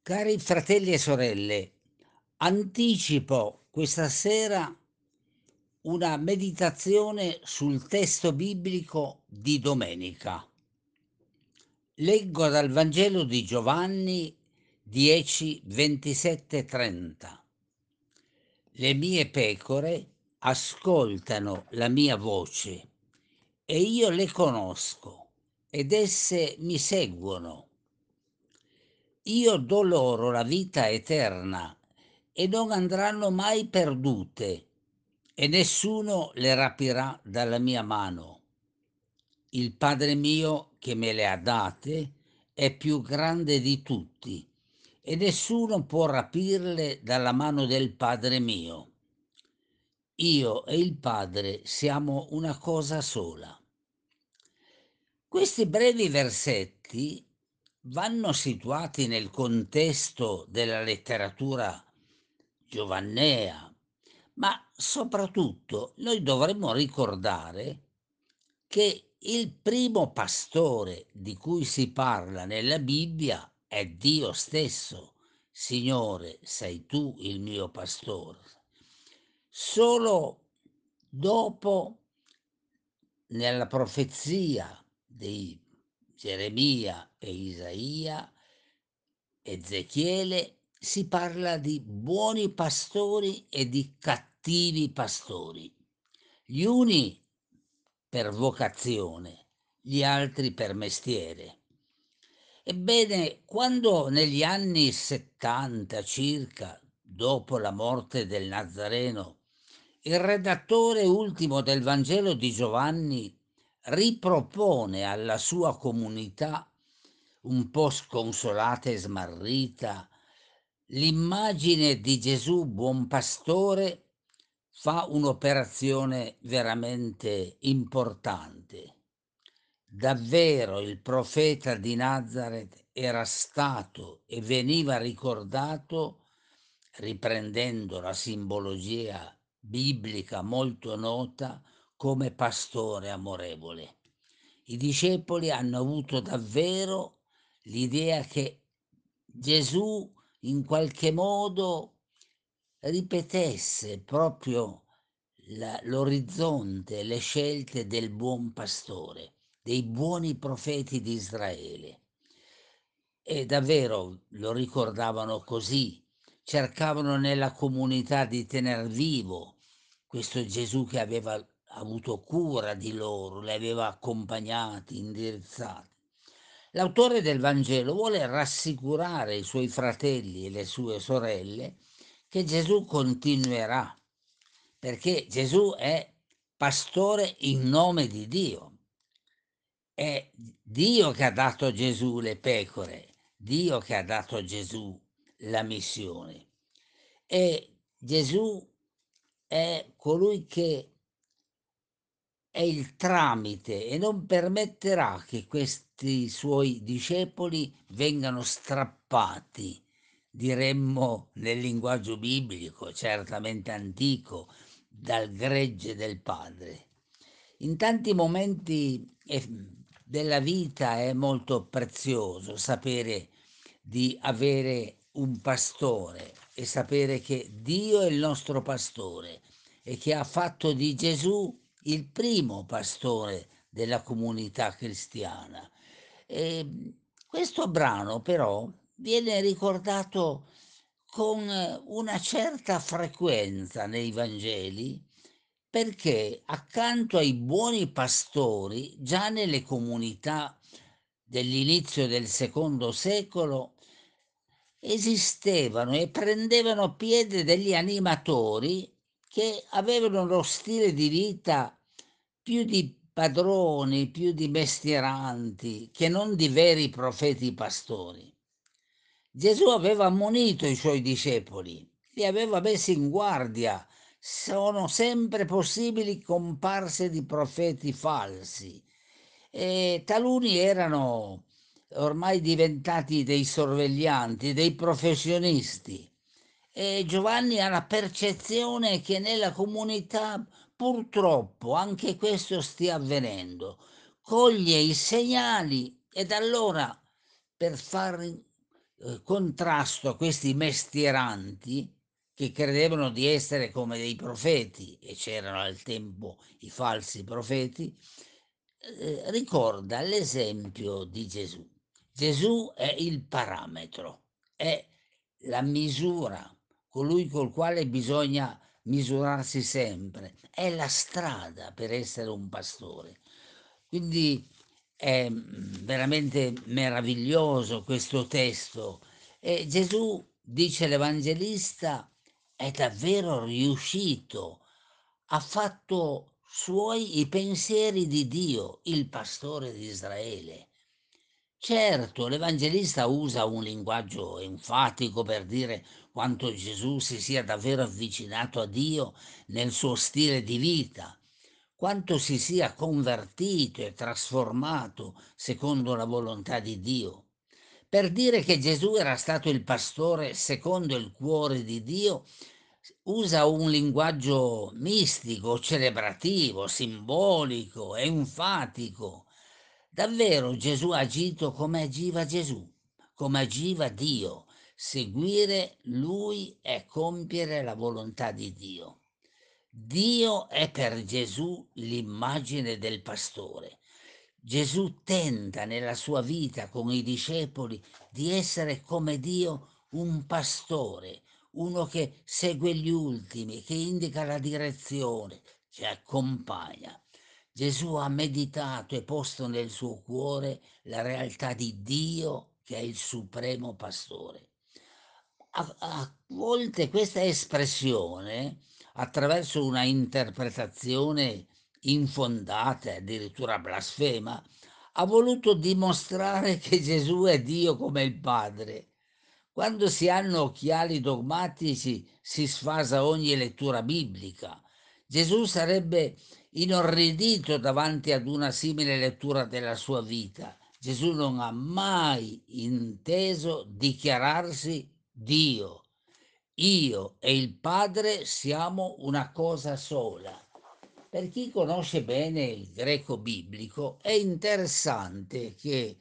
Cari fratelli e sorelle, anticipo questa sera una meditazione sul testo biblico di domenica. Leggo dal Vangelo di Giovanni 10, 27, 30. Le mie pecore ascoltano la mia voce e io le conosco ed esse mi seguono. Io do loro la vita eterna e non andranno mai perdute, e nessuno le rapirà dalla mia mano. Il Padre mio che me le ha date è più grande di tutti, e nessuno può rapirle dalla mano del Padre mio. Io e il Padre siamo una cosa sola. Questi brevi versetti vanno situati nel contesto della letteratura giovannea, ma soprattutto noi dovremmo ricordare che il primo pastore di cui si parla nella Bibbia è Dio stesso. Signore, sei tu il mio pastore. Solo dopo, nella profezia di Geremia e Isaia, Ezechiele, si parla di buoni pastori e di cattivi pastori, gli uni per vocazione, gli altri per mestiere. Ebbene, quando negli anni 70 circa, dopo la morte del Nazareno, il redattore ultimo del Vangelo di Giovanni ripropone alla sua comunità, un po' sconsolata e smarrita, l'immagine di Gesù buon pastore, fa un'operazione veramente importante. Davvero il profeta di Nazaret era stato e veniva ricordato, riprendendo la simbologia biblica molto nota, come pastore amorevole. I discepoli hanno avuto davvero l'idea che Gesù in qualche modo ripetesse proprio l'orizzonte, le scelte del buon pastore, dei buoni profeti di Israele. E davvero lo ricordavano così, cercavano nella comunità di tener vivo questo Gesù che aveva avuto cura di loro, li aveva accompagnati, indirizzati. L'autore del Vangelo vuole rassicurare i suoi fratelli e le sue sorelle che Gesù continuerà, perché Gesù è pastore in nome di Dio. È Dio che ha dato a Gesù le pecore, Dio che ha dato a Gesù la missione. E Gesù è colui che è il tramite e non permetterà che questi suoi discepoli vengano strappati, diremmo nel linguaggio biblico, certamente antico, dal gregge del Padre. In tanti momenti della vita è molto prezioso sapere di avere un pastore e sapere che Dio è il nostro pastore e che ha fatto di Gesù il primo pastore della comunità cristiana. Questo brano però viene ricordato con una certa frequenza nei Vangeli, perché accanto ai buoni pastori, già nelle comunità dell'inizio del secondo secolo, esistevano e prendevano piede degli animatori che avevano lo stile di vita più di padroni, più di mestieranti, che non di veri profeti pastori. Gesù aveva ammonito i suoi discepoli, li aveva messi in guardia. Sono sempre possibili comparse di profeti falsi e taluni erano ormai diventati dei sorveglianti, dei professionisti. E Giovanni ha la percezione che nella comunità purtroppo anche questo stia avvenendo. Coglie i segnali ed allora per far contrasto a questi mestieranti che credevano di essere come dei profeti, e c'erano al tempo i falsi profeti, ricorda l'esempio di Gesù. Gesù è il parametro, è la misura, colui col quale bisogna misurarsi sempre, è la strada per essere un pastore. Quindi è veramente meraviglioso questo testo, e Gesù, dice l'Evangelista, è davvero riuscito, ha fatto suoi i pensieri di Dio, il pastore di Israele. Certo, l'Evangelista usa un linguaggio enfatico per dire quanto Gesù si sia davvero avvicinato a Dio nel suo stile di vita, quanto si sia convertito e trasformato secondo la volontà di Dio. Per dire che Gesù era stato il pastore secondo il cuore di Dio, usa un linguaggio mistico, celebrativo, simbolico, enfatico. Davvero Gesù ha agito come agiva Gesù, come agiva Dio. Seguire Lui è compiere la volontà di Dio. Dio è per Gesù l'immagine del pastore. Gesù tenta nella sua vita con i discepoli di essere come Dio, un pastore, uno che segue gli ultimi, che indica la direzione, che accompagna. Gesù ha meditato e posto nel suo cuore la realtà di Dio che è il supremo pastore. A volte questa espressione, attraverso una interpretazione infondata e addirittura blasfema, ha voluto dimostrare che Gesù è Dio come il Padre. Quando si hanno occhiali dogmatici si sfasa ogni lettura biblica. Gesù sarebbe inorridito davanti ad una simile lettura della sua vita. Gesù non ha mai inteso dichiararsi Dio. Io e il Padre siamo una cosa sola. Per chi conosce bene il greco biblico è interessante che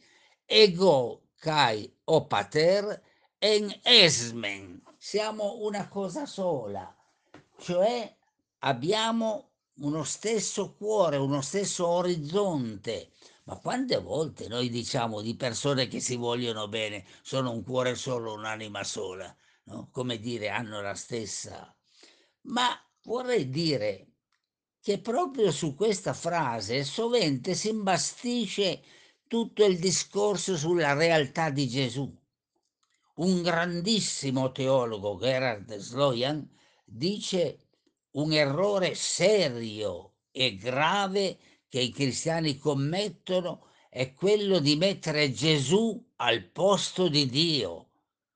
ego kai o pater en esmen, siamo una cosa sola, cioè abbiamo uno stesso cuore, uno stesso orizzonte. Ma quante volte noi diciamo di persone che si vogliono bene, sono un cuore solo, un'anima sola, no? Come dire, hanno la stessa. Ma vorrei dire che proprio su questa frase sovente si imbastisce tutto il discorso sulla realtà di Gesù. Un grandissimo teologo, Gerhard Sloyan, dice un errore serio e grave che i cristiani commettono è quello di mettere Gesù al posto di Dio.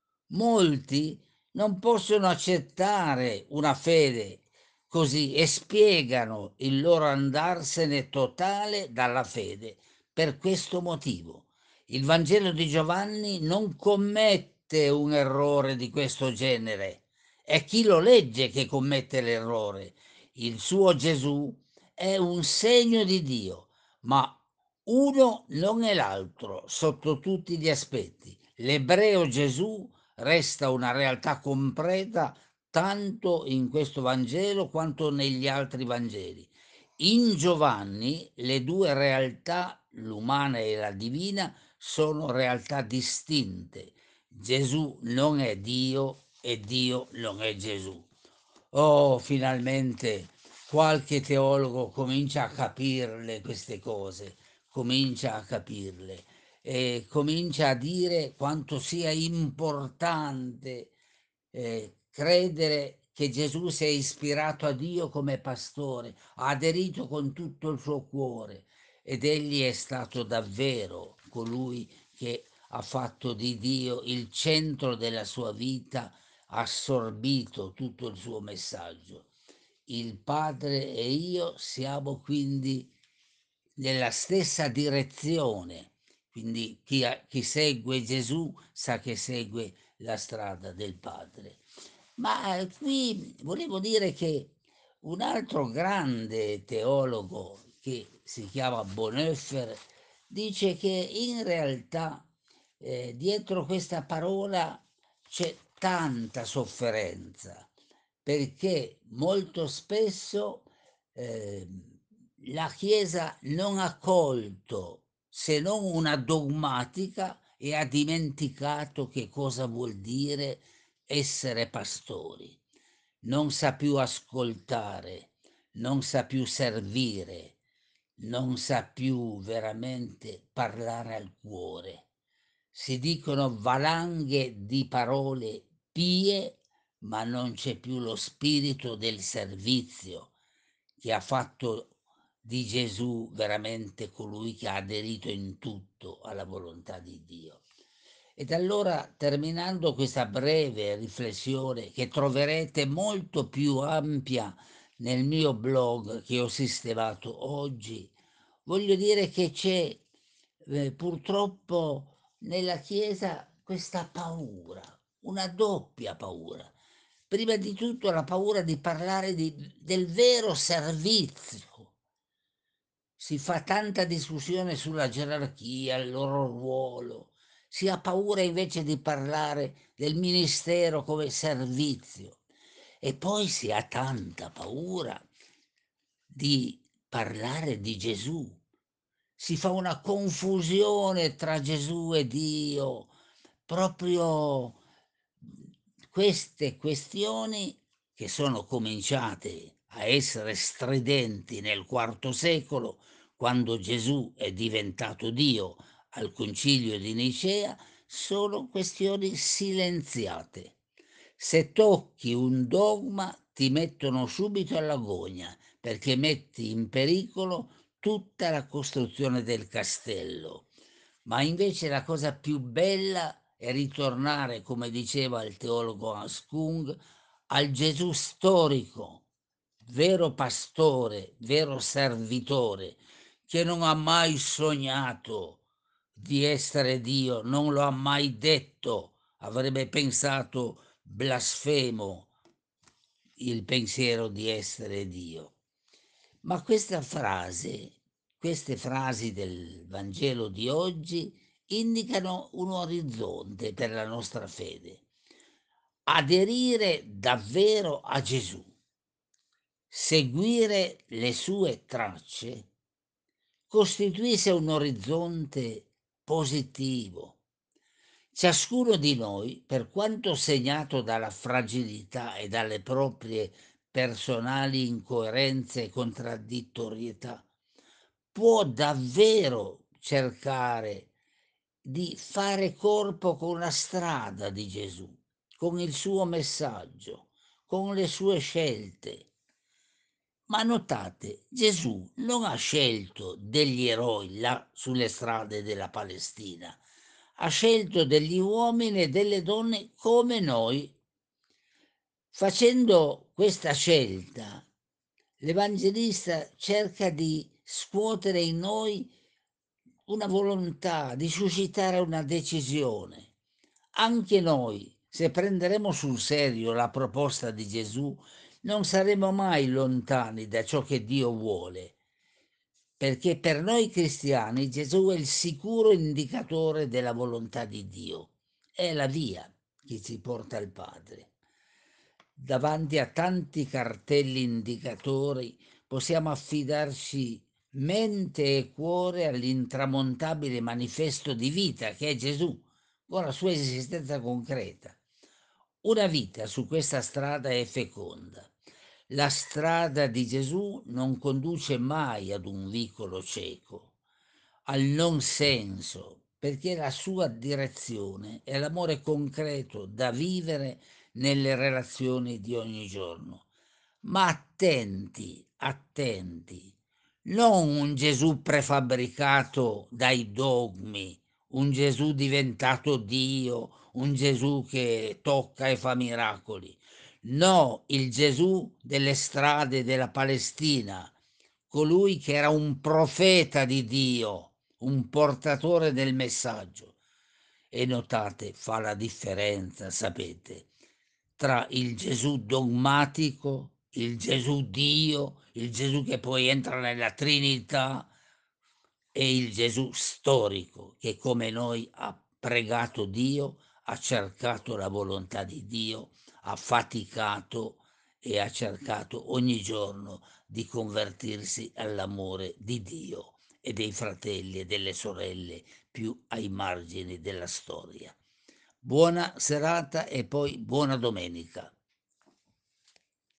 Molti non possono accettare una fede così e spiegano il loro andarsene totale dalla fede per questo motivo. Il Vangelo di Giovanni non commette un errore di questo genere, è chi lo legge che commette l'errore. Il suo Gesù è un segno di Dio, ma uno non è l'altro sotto tutti gli aspetti. L'ebreo Gesù resta una realtà completa tanto in questo Vangelo quanto negli altri Vangeli. In Giovanni le due realtà, l'umana e la divina, sono realtà distinte. Gesù non è Dio e Dio non è Gesù. Oh, finalmente qualche teologo comincia a capirle queste cose, comincia a capirle e comincia a dire quanto sia importante credere che Gesù si è ispirato a Dio come pastore, ha aderito con tutto il suo cuore, ed egli è stato davvero colui che ha fatto di Dio il centro della sua vita, ha assorbito tutto il suo messaggio. Il Padre e io siamo quindi nella stessa direzione, quindi chi segue Gesù sa che segue la strada del Padre. Ma qui volevo dire che un altro grande teologo che si chiama Bonhoeffer dice che in realtà dietro questa parola c'è tanta sofferenza, perché molto spesso, la Chiesa non ha colto se non una dogmatica e ha dimenticato che cosa vuol dire essere pastori. Non sa più ascoltare, non sa più servire, non sa più veramente parlare al cuore. Si dicono valanghe di parole pie, ma non c'è più lo spirito del servizio che ha fatto di Gesù veramente colui che ha aderito in tutto alla volontà di Dio. Ed allora, terminando questa breve riflessione che troverete molto più ampia nel mio blog che ho sistemato oggi, voglio dire che c'è purtroppo nella Chiesa questa paura, una doppia paura. Prima di tutto la paura di parlare del vero servizio. Si fa tanta discussione sulla gerarchia, il loro ruolo. Si ha paura invece di parlare del ministero come servizio. E poi si ha tanta paura di parlare di Gesù. Si fa una confusione tra Gesù e Dio, proprio queste questioni che sono cominciate a essere stridenti nel IV secolo, quando Gesù è diventato Dio al concilio di Nicea, sono questioni silenziate. Se tocchi un dogma ti mettono subito all'agonia perché metti in pericolo tutta la costruzione del castello. Ma invece la cosa più bella è ritornare, come diceva il teologo Hans Kung, al Gesù storico, vero pastore, vero servitore, che non ha mai sognato di essere Dio, non lo ha mai detto, avrebbe pensato blasfemo il pensiero di essere Dio. Ma queste frasi del Vangelo di oggi indicano un orizzonte per la nostra fede. Aderire davvero a Gesù, seguire le sue tracce, costituisce un orizzonte positivo. Ciascuno di noi, per quanto segnato dalla fragilità e dalle proprie personali incoerenze e contraddittorietà, può davvero cercare di fare corpo con la strada di Gesù, con il suo messaggio, con le sue scelte. Ma notate, Gesù non ha scelto degli eroi là sulle strade della Palestina, ha scelto degli uomini e delle donne come noi. Facendo questa scelta, l'Evangelista cerca di scuotere in noi una volontà, di suscitare una decisione. Anche noi, se prenderemo sul serio la proposta di Gesù, non saremo mai lontani da ciò che Dio vuole, perché per noi cristiani Gesù è il sicuro indicatore della volontà di Dio, è la via che ci porta al Padre. Davanti a tanti cartelli indicatori possiamo affidarci mente e cuore all'intramontabile manifesto di vita che è Gesù, con la sua esistenza concreta. Una vita su questa strada è feconda. La strada di Gesù non conduce mai ad un vicolo cieco, al non senso, perché la sua direzione è l'amore concreto da vivere nelle relazioni di ogni giorno. Ma attenti, attenti, non un Gesù prefabbricato dai dogmi, un Gesù diventato Dio, un Gesù che tocca e fa miracoli. No, il Gesù delle strade della Palestina, colui che era un profeta di Dio, un portatore del messaggio. E notate, fa la differenza, sapete, tra il Gesù dogmatico, il Gesù Dio, il Gesù che poi entra nella Trinità e il Gesù storico che come noi ha pregato Dio, ha cercato la volontà di Dio, ha faticato e ha cercato ogni giorno di convertirsi all'amore di Dio e dei fratelli e delle sorelle più ai margini della storia. Buona serata e poi buona domenica.